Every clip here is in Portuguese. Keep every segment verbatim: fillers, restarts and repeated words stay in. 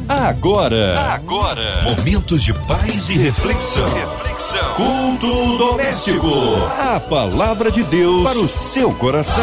Agora, agora, momentos de paz e reflexão. Reflexão. Culto doméstico. A palavra de Deus para o seu coração.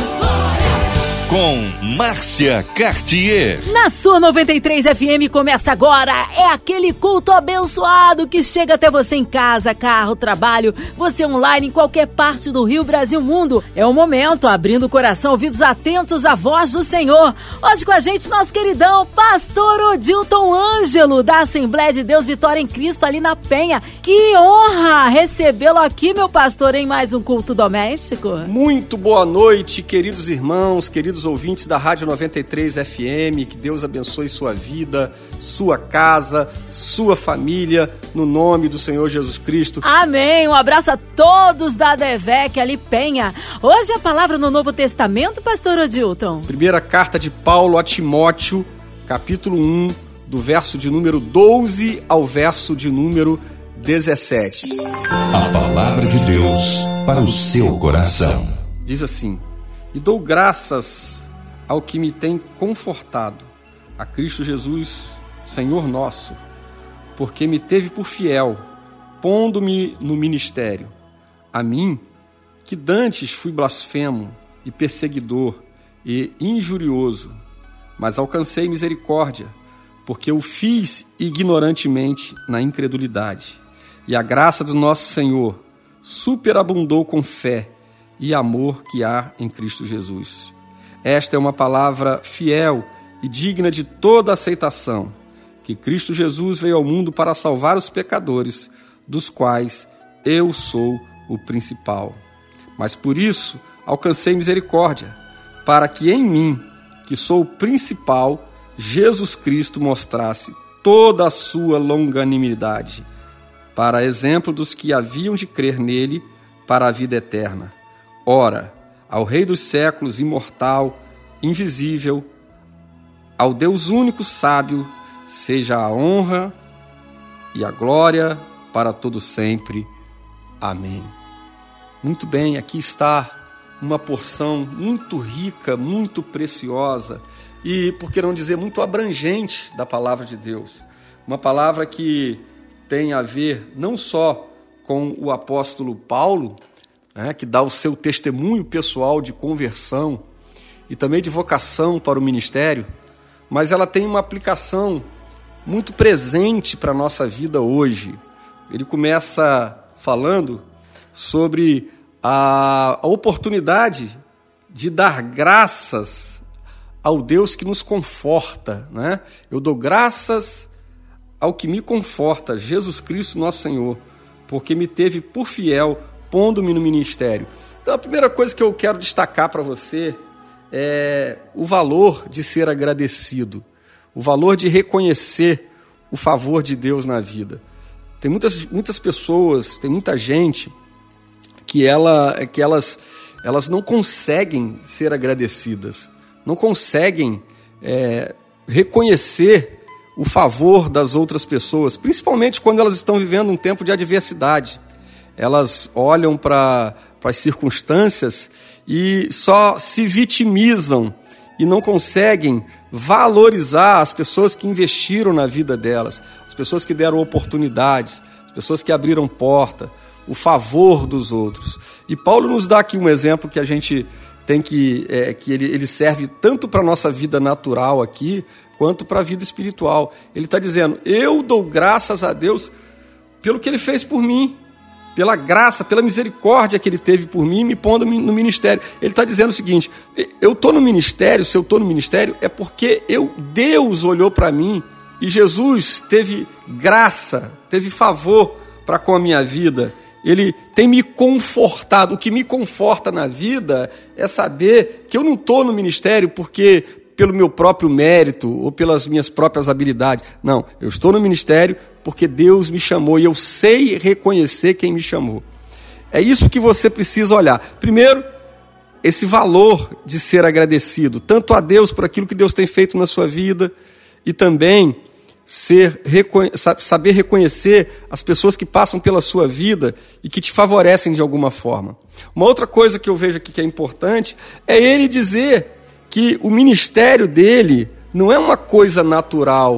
Com Márcia Cartier. Na sua noventa e três F M começa agora. É aquele culto abençoado que chega até você em casa, carro, trabalho, você online, em qualquer parte do Rio, Brasil, mundo. É o momento, abrindo o coração, ouvidos atentos à voz do Senhor. Hoje com a gente, nosso queridão Pastor Odilton Ângelo, da Assembleia de Deus Vitória em Cristo, ali na Penha. Que honra recebê-lo aqui, meu pastor, em mais um culto doméstico. Muito boa noite, queridos irmãos, queridos ouvintes da Rádio noventa e três F M, que Deus abençoe sua vida, sua casa, sua família, no nome do Senhor Jesus Cristo. Amém, um abraço a todos da Adevec ali Penha. Hoje a palavra no Novo Testamento, pastor Odilton. Primeira carta de Paulo a Timóteo, capítulo um, do verso de número doze ao verso de número dezessete. A palavra de Deus para o seu coração. Diz assim: e dou graças ao que me tem confortado, a Cristo Jesus, Senhor nosso, porque me teve por fiel, pondo-me no ministério. A mim, que dantes fui blasfemo e perseguidor e injurioso, mas alcancei misericórdia, porque o fiz ignorantemente na incredulidade. E a graça do nosso Senhor superabundou com fé e amor que há em Cristo Jesus. Esta é uma palavra fiel e digna de toda aceitação, que Cristo Jesus veio ao mundo para salvar os pecadores, dos quais eu sou o principal. Mas por isso alcancei misericórdia, para que em mim, que sou o principal, Jesus Cristo mostrasse toda a sua longanimidade, para exemplo dos que haviam de crer nele para a vida eterna. Ora, ao Rei dos séculos, imortal, invisível, ao Deus único sábio, seja a honra e a glória para todo sempre. Amém. Muito bem, aqui está uma porção muito rica, muito preciosa e, por que não dizer, muito abrangente da palavra de Deus. Uma palavra que tem a ver não só com o apóstolo Paulo, É, que dá o seu testemunho pessoal de conversão e também de vocação para o ministério, mas ela tem uma aplicação muito presente para a nossa vida hoje. Ele começa falando sobre a, a oportunidade de dar graças ao Deus que nos conforta, né? Eu dou graças ao que me conforta, Jesus Cristo nosso Senhor, porque me teve por fiel, pondo-me no ministério. Então, a primeira coisa que eu quero destacar para você é o valor de ser agradecido, o valor de reconhecer o favor de Deus na vida. Tem muitas, muitas pessoas, tem muita gente que, ela, que elas, elas não conseguem ser agradecidas, não conseguem é, reconhecer o favor das outras pessoas, principalmente quando elas estão vivendo um tempo de adversidade. Elas olham para as circunstâncias e só se vitimizam e não conseguem valorizar as pessoas que investiram na vida delas, as pessoas que deram oportunidades, as pessoas que abriram porta, o favor dos outros. E Paulo nos dá aqui um exemplo que a gente tem que, é, que ele, ele serve tanto para a nossa vida natural aqui, quanto para a vida espiritual. Ele está dizendo: eu dou graças a Deus pelo que ele fez por mim, pela graça, pela misericórdia que ele teve por mim, me pondo no ministério. Ele está dizendo o seguinte: eu estou no ministério, se eu estou no ministério, é porque eu, Deus olhou para mim e Jesus teve graça, teve favor para com a minha vida. Ele tem me confortado. O que me conforta na vida é saber que eu não estou no ministério porque pelo meu próprio mérito ou pelas minhas próprias habilidades. Não, eu estou no ministério porque Deus me chamou e eu sei reconhecer quem me chamou. É isso que você precisa olhar. Primeiro, esse valor de ser agradecido, tanto a Deus por aquilo que Deus tem feito na sua vida e também ser, saber reconhecer as pessoas que passam pela sua vida e que te favorecem de alguma forma. Uma outra coisa que eu vejo aqui que é importante é ele dizer que o ministério dele não é uma coisa natural,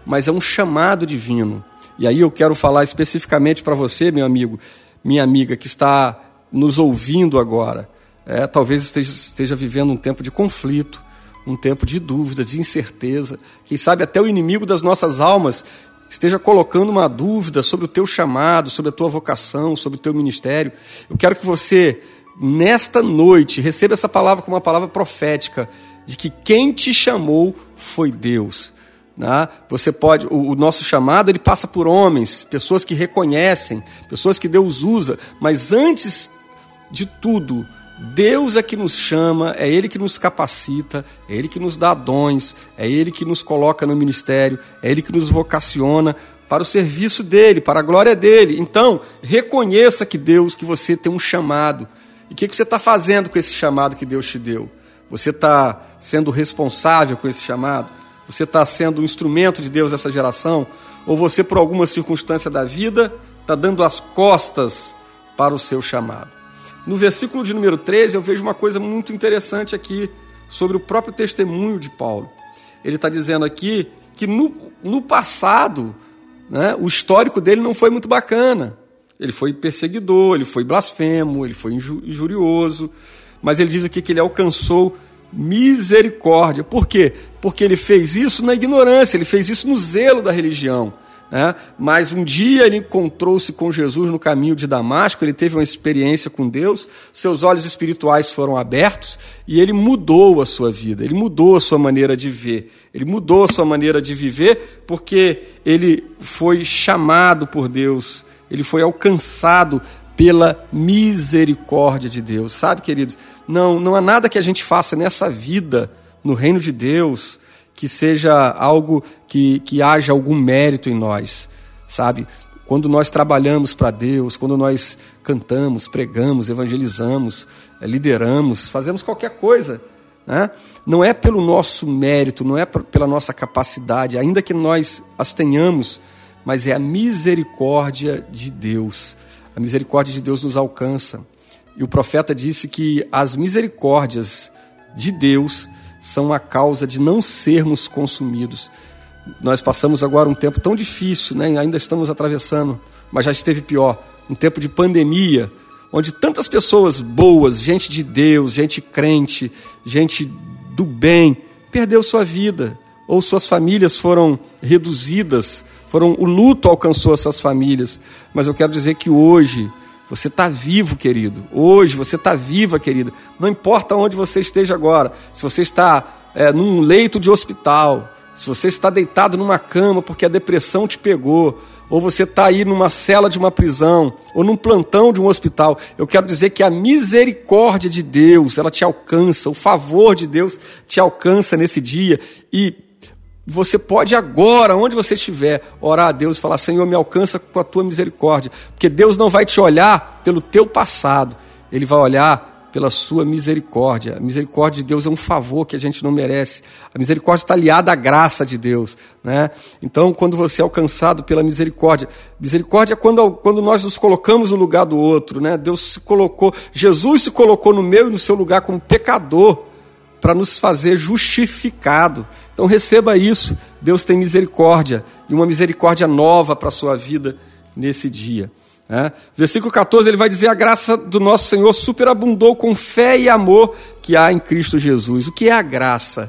mas é um chamado divino. E aí eu quero falar especificamente para você, meu amigo, minha amiga, que está nos ouvindo agora. É, talvez esteja, esteja vivendo um tempo de conflito, um tempo de dúvida, de incerteza. Quem sabe até o inimigo das nossas almas esteja colocando uma dúvida sobre o teu chamado, sobre a tua vocação, sobre o teu ministério. Eu quero que você, nesta noite, receba essa palavra como uma palavra profética, de que quem te chamou foi Deus. Né? Você pode, o, o nosso chamado ele passa por homens, pessoas que reconhecem, pessoas que Deus usa, mas antes de tudo, Deus é que nos chama, é Ele que nos capacita, é Ele que nos dá dons, é Ele que nos coloca no ministério, é Ele que nos vocaciona para o serviço dEle, para a glória dEle. Então, reconheça que Deus, que você tem um chamado. E o que, que você está fazendo com esse chamado que Deus te deu? Você está sendo responsável com esse chamado? Você está sendo um instrumento de Deus nessa geração? Ou você, por alguma circunstância da vida, está dando as costas para o seu chamado? No versículo de número treze, eu vejo uma coisa muito interessante aqui sobre o próprio testemunho de Paulo. Ele está dizendo aqui que no, no passado, né, o histórico dele não foi muito bacana. Ele foi perseguidor, ele foi blasfemo, ele foi injurioso, mas ele diz aqui que ele alcançou misericórdia. Por quê? Porque ele fez isso na ignorância, ele fez isso no zelo da religião. É, mas um dia ele encontrou-se com Jesus no caminho de Damasco, ele teve uma experiência com Deus, seus olhos espirituais foram abertos e ele mudou a sua vida, ele mudou a sua maneira de ver, ele mudou a sua maneira de viver porque ele foi chamado por Deus, ele foi alcançado pela misericórdia de Deus. Sabe, queridos, não, não há nada que a gente faça nessa vida, no reino de Deus, que seja algo que, que haja algum mérito em nós, sabe? Quando nós trabalhamos para Deus, quando nós cantamos, pregamos, evangelizamos, lideramos, fazemos qualquer coisa, né? Não é pelo nosso mérito, não é pela nossa capacidade, ainda que nós as tenhamos, mas é a misericórdia de Deus. A misericórdia de Deus nos alcança. E o profeta disse que as misericórdias de Deus são a causa de não sermos consumidos. Nós passamos agora um tempo tão difícil, né? Ainda estamos atravessando, mas já esteve pior, um tempo de pandemia, onde tantas pessoas boas, gente de Deus, gente crente, gente do bem, perdeu sua vida, ou suas famílias foram reduzidas, foram, o luto alcançou essas famílias. Mas eu quero dizer que hoje você está vivo, querido. Hoje você está viva, querida. Não importa onde você esteja agora. Se você está é, num leito de hospital, se você está deitado numa cama porque a depressão te pegou, ou você está aí numa cela de uma prisão, ou num plantão de um hospital, eu quero dizer que a misericórdia de Deus, ela te alcança, o favor de Deus te alcança nesse dia. E você pode agora, onde você estiver, orar a Deus e falar: Senhor, me alcança com a tua misericórdia, porque Deus não vai te olhar pelo teu passado, Ele vai olhar pela sua misericórdia. A misericórdia de Deus é um favor que a gente não merece. A misericórdia está aliada à graça de Deus, né? Então, quando você é alcançado pela misericórdia, misericórdia é quando, quando nós nos colocamos no lugar do outro, né? Deus se colocou, Jesus se colocou no meu e no seu lugar como pecador, para nos fazer justificado. Então receba isso, Deus tem misericórdia, e uma misericórdia nova para a sua vida nesse dia. É? Versículo catorze, ele vai dizer: a graça do nosso Senhor superabundou com fé e amor que há em Cristo Jesus. O que é a graça?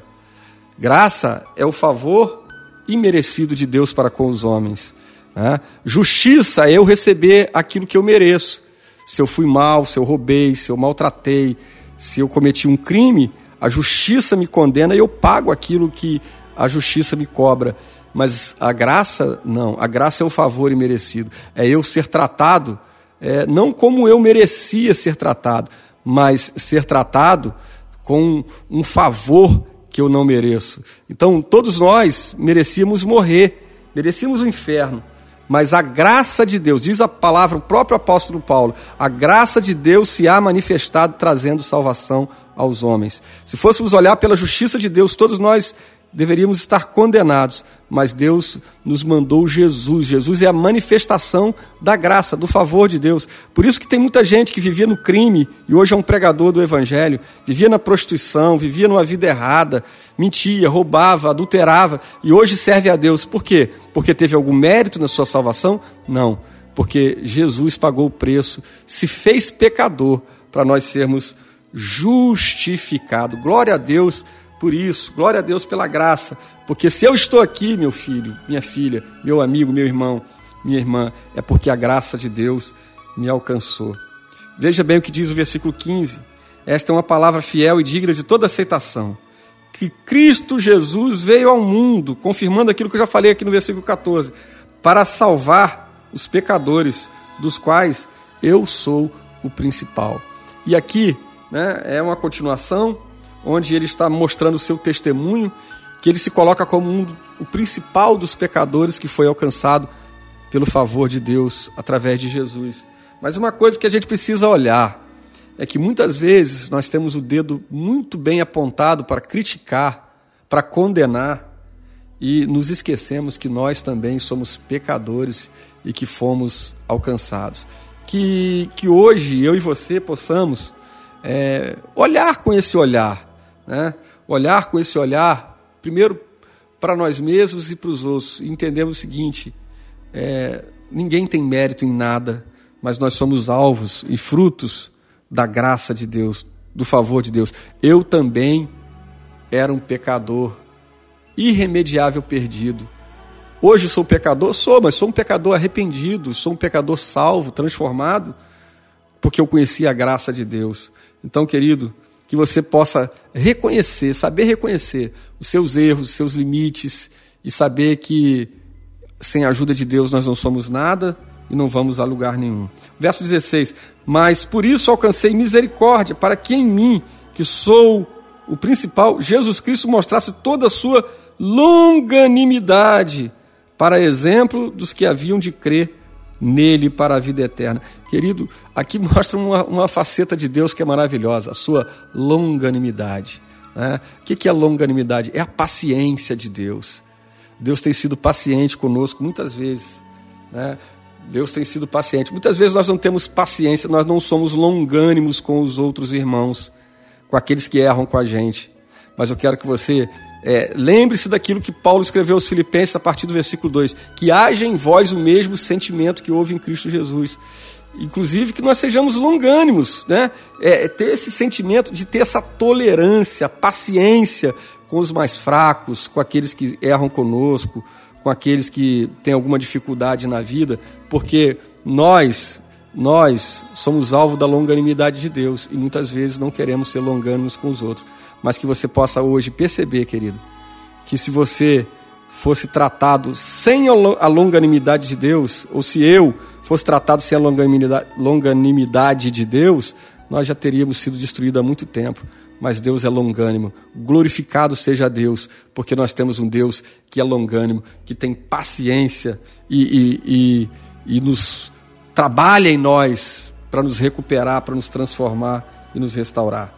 Graça é o favor imerecido de Deus para com os homens. É? Justiça é eu receber aquilo que eu mereço. Se eu fui mal, se eu roubei, se eu maltratei, se eu cometi um crime, a justiça me condena e eu pago aquilo que a justiça me cobra. Mas a graça, não. A graça é o favor imerecido. É eu ser tratado, é, não como eu merecia ser tratado, mas ser tratado com um favor que eu não mereço. Então, todos nós merecíamos morrer, merecíamos o inferno. Mas a graça de Deus, diz a palavra, o próprio apóstolo Paulo, a graça de Deus se há manifestado trazendo salvação aos homens. Se fôssemos olhar pela justiça de Deus, todos nós deveríamos estar condenados, mas Deus nos mandou Jesus. Jesus é a manifestação da graça, do favor de Deus. Por isso que tem muita gente que vivia no crime e hoje é um pregador do evangelho, vivia na prostituição, vivia numa vida errada, mentia, roubava, adulterava e hoje serve a Deus. Por quê? Porque teve algum mérito na sua salvação? Não, porque Jesus pagou o preço, se fez pecador para nós sermos justificados. Glória a Deus por isso, glória a Deus pela graça, porque se eu estou aqui, meu filho, minha filha, meu amigo, meu irmão, minha irmã, é porque a graça de Deus me alcançou. Veja bem o que diz o versículo quinze, esta é uma palavra fiel e digna de toda aceitação, que Cristo Jesus veio ao mundo, confirmando aquilo que eu já falei aqui no versículo catorze, para salvar os pecadores, dos quais eu sou o principal. E aqui, né, é uma continuação, onde ele está mostrando o seu testemunho, que ele se coloca como um, o principal dos pecadores que foi alcançado pelo favor de Deus através de Jesus. Mas uma coisa que a gente precisa olhar é que muitas vezes nós temos o dedo muito bem apontado para criticar, para condenar, e nos esquecemos que nós também somos pecadores e que fomos alcançados. Que, que hoje eu e você possamos é, olhar com esse olhar, né? Olhar com esse olhar, primeiro para nós mesmos e para os outros, e entendemos o seguinte, é, ninguém tem mérito em nada, mas nós somos alvos e frutos da graça de Deus, do favor de Deus. Eu também era um pecador irremediável, perdido. Hoje sou pecador? Sou, mas sou um pecador arrependido, sou um pecador salvo, transformado, porque eu conheci a graça de Deus. Então, querido, que você possa reconhecer, saber reconhecer os seus erros, os seus limites e saber que sem a ajuda de Deus nós não somos nada e não vamos a lugar nenhum. Verso dezesseis, mas por isso alcancei misericórdia, para que em mim, que sou o principal, Jesus Cristo mostrasse toda a sua longanimidade, para exemplo dos que haviam de crer nele para a vida eterna. Querido, aqui mostra uma, uma faceta de Deus que é maravilhosa, a sua longanimidade, né? O que é longanimidade? É a paciência de Deus. Deus tem sido paciente conosco muitas vezes, né? Deus tem sido paciente. Muitas vezes nós não temos paciência, nós não somos longânimos com os outros irmãos, com aqueles que erram com a gente. Mas eu quero que você é, lembre-se daquilo que Paulo escreveu aos Filipenses a partir do versículo dois, que haja em vós o mesmo sentimento que houve em Cristo Jesus. Inclusive que nós sejamos longânimos, né? É, ter esse sentimento de ter essa tolerância, paciência com os mais fracos, com aqueles que erram conosco, com aqueles que têm alguma dificuldade na vida, porque nós, nós somos alvo da longanimidade de Deus e muitas vezes não queremos ser longânimos com os outros. Mas que você possa hoje perceber, querido, que se você fosse tratado sem a longanimidade de Deus, ou se eu fosse tratado sem a longanimidade, longanimidade de Deus, nós já teríamos sido destruídos há muito tempo. Mas Deus é longânimo, glorificado seja Deus, porque nós temos um Deus que é longânimo, que tem paciência e, e, e, e nos trabalha em nós para nos recuperar, para nos transformar e nos restaurar.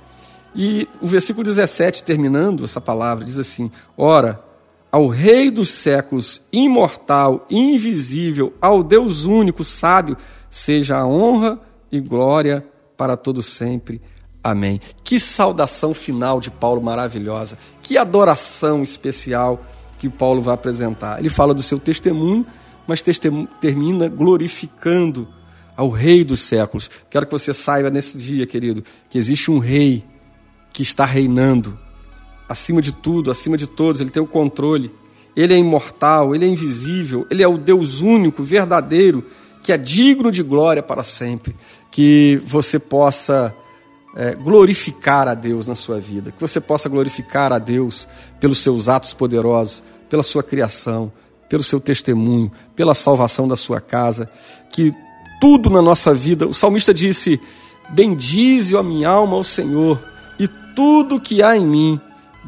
E o versículo dezessete, terminando essa palavra, diz assim, ora, ao Rei dos séculos, imortal, invisível, ao Deus único, sábio, seja a honra e glória para todo sempre. Amém. Que saudação final de Paulo maravilhosa, que adoração especial que Paulo vai apresentar. Ele fala do seu testemunho, mas testemunho, termina glorificando ao Rei dos séculos. Quero que você saiba nesse dia, querido, que existe um Rei que está reinando acima de tudo, acima de todos, ele tem o controle. Ele é imortal, ele é invisível, ele é o Deus único, verdadeiro, que é digno de glória para sempre. Que você possa é, glorificar a Deus na sua vida, que você possa glorificar a Deus pelos seus atos poderosos, pela sua criação, pelo seu testemunho, pela salvação da sua casa, que tudo na nossa vida, o salmista disse, bendize a minha alma ao Senhor, e tudo que há em mim,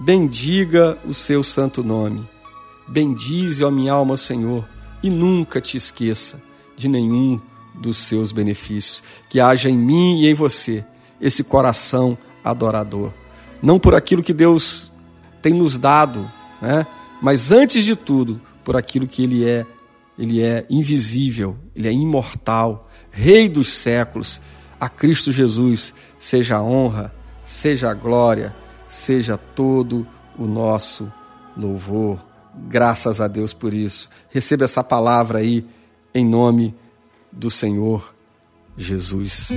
bendiga o seu santo nome. Bendize a minha alma ao Senhor, e nunca te esqueça de nenhum dos seus benefícios. Que haja em mim e em você esse coração adorador. Não por aquilo que Deus tem nos dado, né? Mas antes de tudo, por aquilo que ele é. Ele é invisível, ele é imortal, Rei dos séculos. A Cristo Jesus seja a honra, seja a glória, seja todo o nosso louvor. Graças a Deus por isso. Receba essa palavra aí, em nome do Senhor Jesus.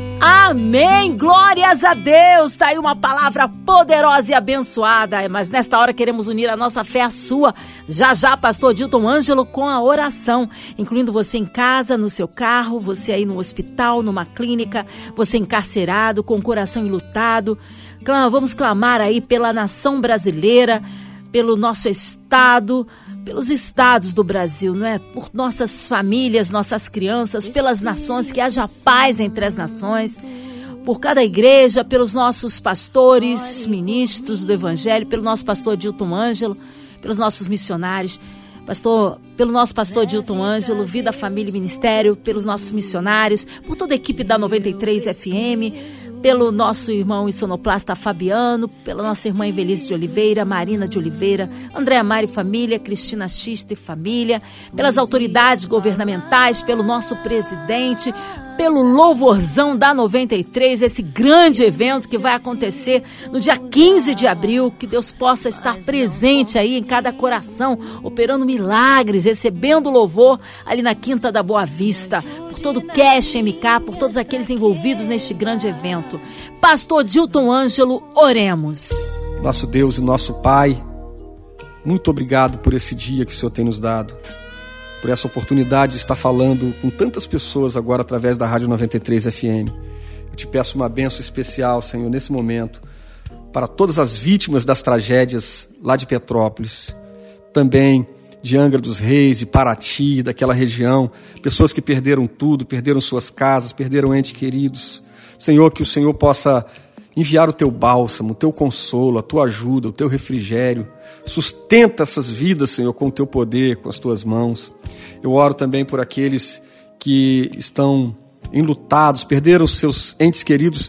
Amém, glórias a Deus. Tá aí uma palavra poderosa e abençoada, mas nesta hora queremos unir a nossa fé à sua. Já já, pastor Dilton Ângelo, com a oração, incluindo você em casa, no seu carro, você aí no hospital, numa clínica, você encarcerado, com o coração enlutado. Vamos clamar aí pela nação brasileira, pelo nosso estado, pelos estados do Brasil, não é? Por nossas famílias, nossas crianças, pelas nações, que haja paz entre as nações, por cada igreja, pelos nossos pastores, ministros do Evangelho, pelo nosso pastor Dilton Ângelo, pelos nossos missionários, pastor, pelo nosso pastor Dilton Ângelo, Vida, Família e Ministério, pelos nossos missionários, por toda a equipe da noventa e três F M, pelo nosso irmão e sonoplasta Fabiano, pela nossa irmã Evelise de Oliveira, Marina de Oliveira, Andréa Mari Família, Cristina Xista e Família, pelas autoridades governamentais, pelo nosso presidente, pelo louvorzão da noventa e três, esse grande evento que vai acontecer no dia quinze de abril, que Deus possa estar presente aí em cada coração, operando milagres, recebendo louvor ali na Quinta da Boa Vista, por todo o Cash M K, por todos aqueles envolvidos neste grande evento. Pastor Dilton Ângelo, oremos. Nosso Deus e nosso Pai, muito obrigado por esse dia que o Senhor tem nos dado, por essa oportunidade de estar falando com tantas pessoas agora através da Rádio noventa e três F M. Eu te peço uma bênção especial, Senhor, nesse momento, para todas as vítimas das tragédias lá de Petrópolis, também de Angra dos Reis, de Paraty, daquela região, pessoas que perderam tudo, perderam suas casas, perderam entes queridos. Senhor, que o Senhor possa enviar o teu bálsamo, o teu consolo, a tua ajuda, o teu refrigério. Sustenta essas vidas, Senhor, com o teu poder, com as tuas mãos. Eu oro também por aqueles que estão enlutados, perderam seus entes queridos,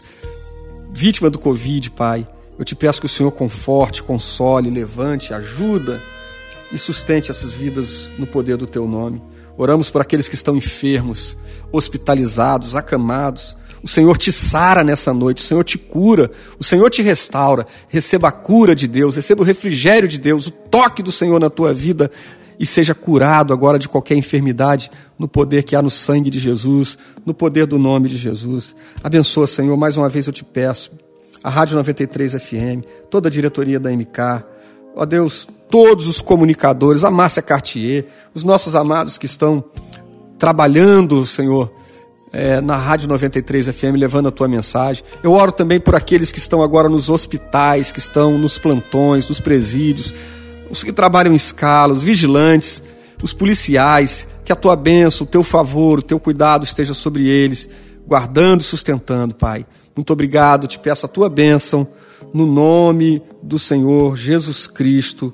vítima do Covid, Pai. Eu te peço que o Senhor conforte, console, levante, ajuda e sustente essas vidas no poder do teu nome. Oramos por aqueles que estão enfermos, hospitalizados, acamados. O Senhor te sara nessa noite, o Senhor te cura, o Senhor te restaura. Receba a cura de Deus, receba o refrigério de Deus, o toque do Senhor na tua vida e seja curado agora de qualquer enfermidade no poder que há no sangue de Jesus, no poder do nome de Jesus. Abençoa, Senhor, mais uma vez eu te peço, a Rádio noventa e três F M, toda a diretoria da M K, ó Deus, todos os comunicadores, a Márcia Cartier, os nossos amados que estão trabalhando, Senhor, É, na Rádio noventa e três F M, levando a tua mensagem. Eu oro também por aqueles que estão agora nos hospitais, que estão nos plantões, nos presídios, os que trabalham em escala, os vigilantes, os policiais, que a tua bênção, o teu favor, o teu cuidado esteja sobre eles, guardando e sustentando, Pai. Muito obrigado, te peço a tua bênção, no nome do Senhor Jesus Cristo.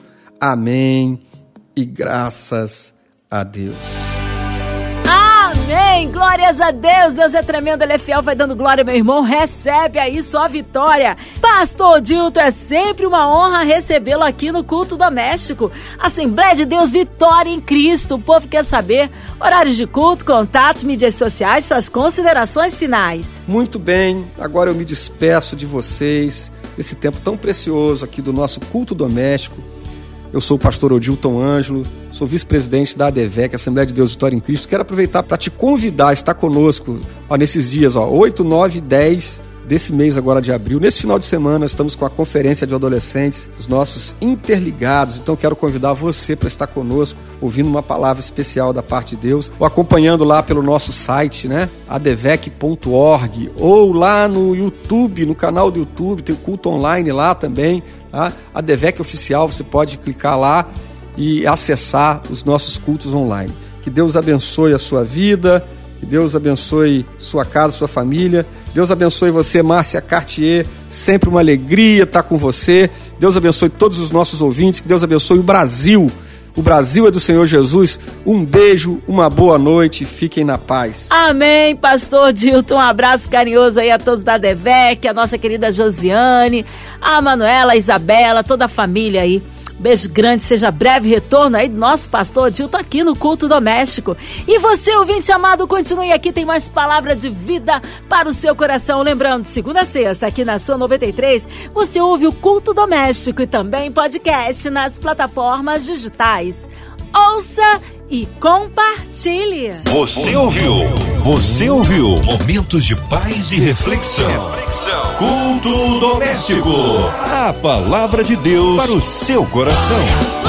Amém e graças a Deus. Amém, glórias a Deus, Deus é tremendo, Ele é fiel, vai dando glória, meu irmão, recebe aí sua vitória. Pastor Dilton, é sempre uma honra recebê-lo aqui no Culto Doméstico. Assembleia de Deus, vitória em Cristo. O povo quer saber horários de culto, contatos, mídias sociais, suas considerações finais. Muito bem, agora eu me despeço de vocês, esse tempo tão precioso aqui do nosso Culto Doméstico. Eu sou o pastor Odilton Ângelo, sou vice-presidente da A D V E C, Assembleia de Deus Vitória em Cristo. Quero aproveitar para te convidar a estar conosco ó, nesses dias, ó, oito, nove e dez desse mês agora de abril. Nesse final de semana estamos com a conferência de adolescentes, os nossos interligados. Então quero convidar você para estar conosco, ouvindo uma palavra especial da parte de Deus, ou acompanhando lá pelo nosso site, né, a d v e c ponto org, ou lá no YouTube, no canal do YouTube, tem o culto online lá também. Tá? A D V E C Oficial, você pode clicar lá e acessar os nossos cultos online. Que Deus abençoe a sua vida, que Deus abençoe sua casa, sua família. Deus abençoe você, Márcia Cartier, sempre uma alegria estar com você. Deus abençoe todos os nossos ouvintes, que Deus abençoe o Brasil. O Brasil é do Senhor Jesus. Um beijo, uma boa noite, fiquem na paz. Amém, pastor Dilton. Um abraço carinhoso aí a todos da D V E C, a nossa querida Josiane, a Manuela, a Isabela, toda a família aí. Beijo grande, seja breve retorno aí do nosso pastor Adilton aqui no Culto Doméstico. E você, ouvinte amado, continue aqui, tem mais palavra de vida para o seu coração. Lembrando, segunda a sexta, aqui na sua noventa e três, você ouve o Culto Doméstico e também podcast nas plataformas digitais. Ouça e compartilhe. Você ouviu? Você ouviu? Momentos de paz e reflexão. Reflexão. Culto doméstico. A palavra de Deus para o seu coração.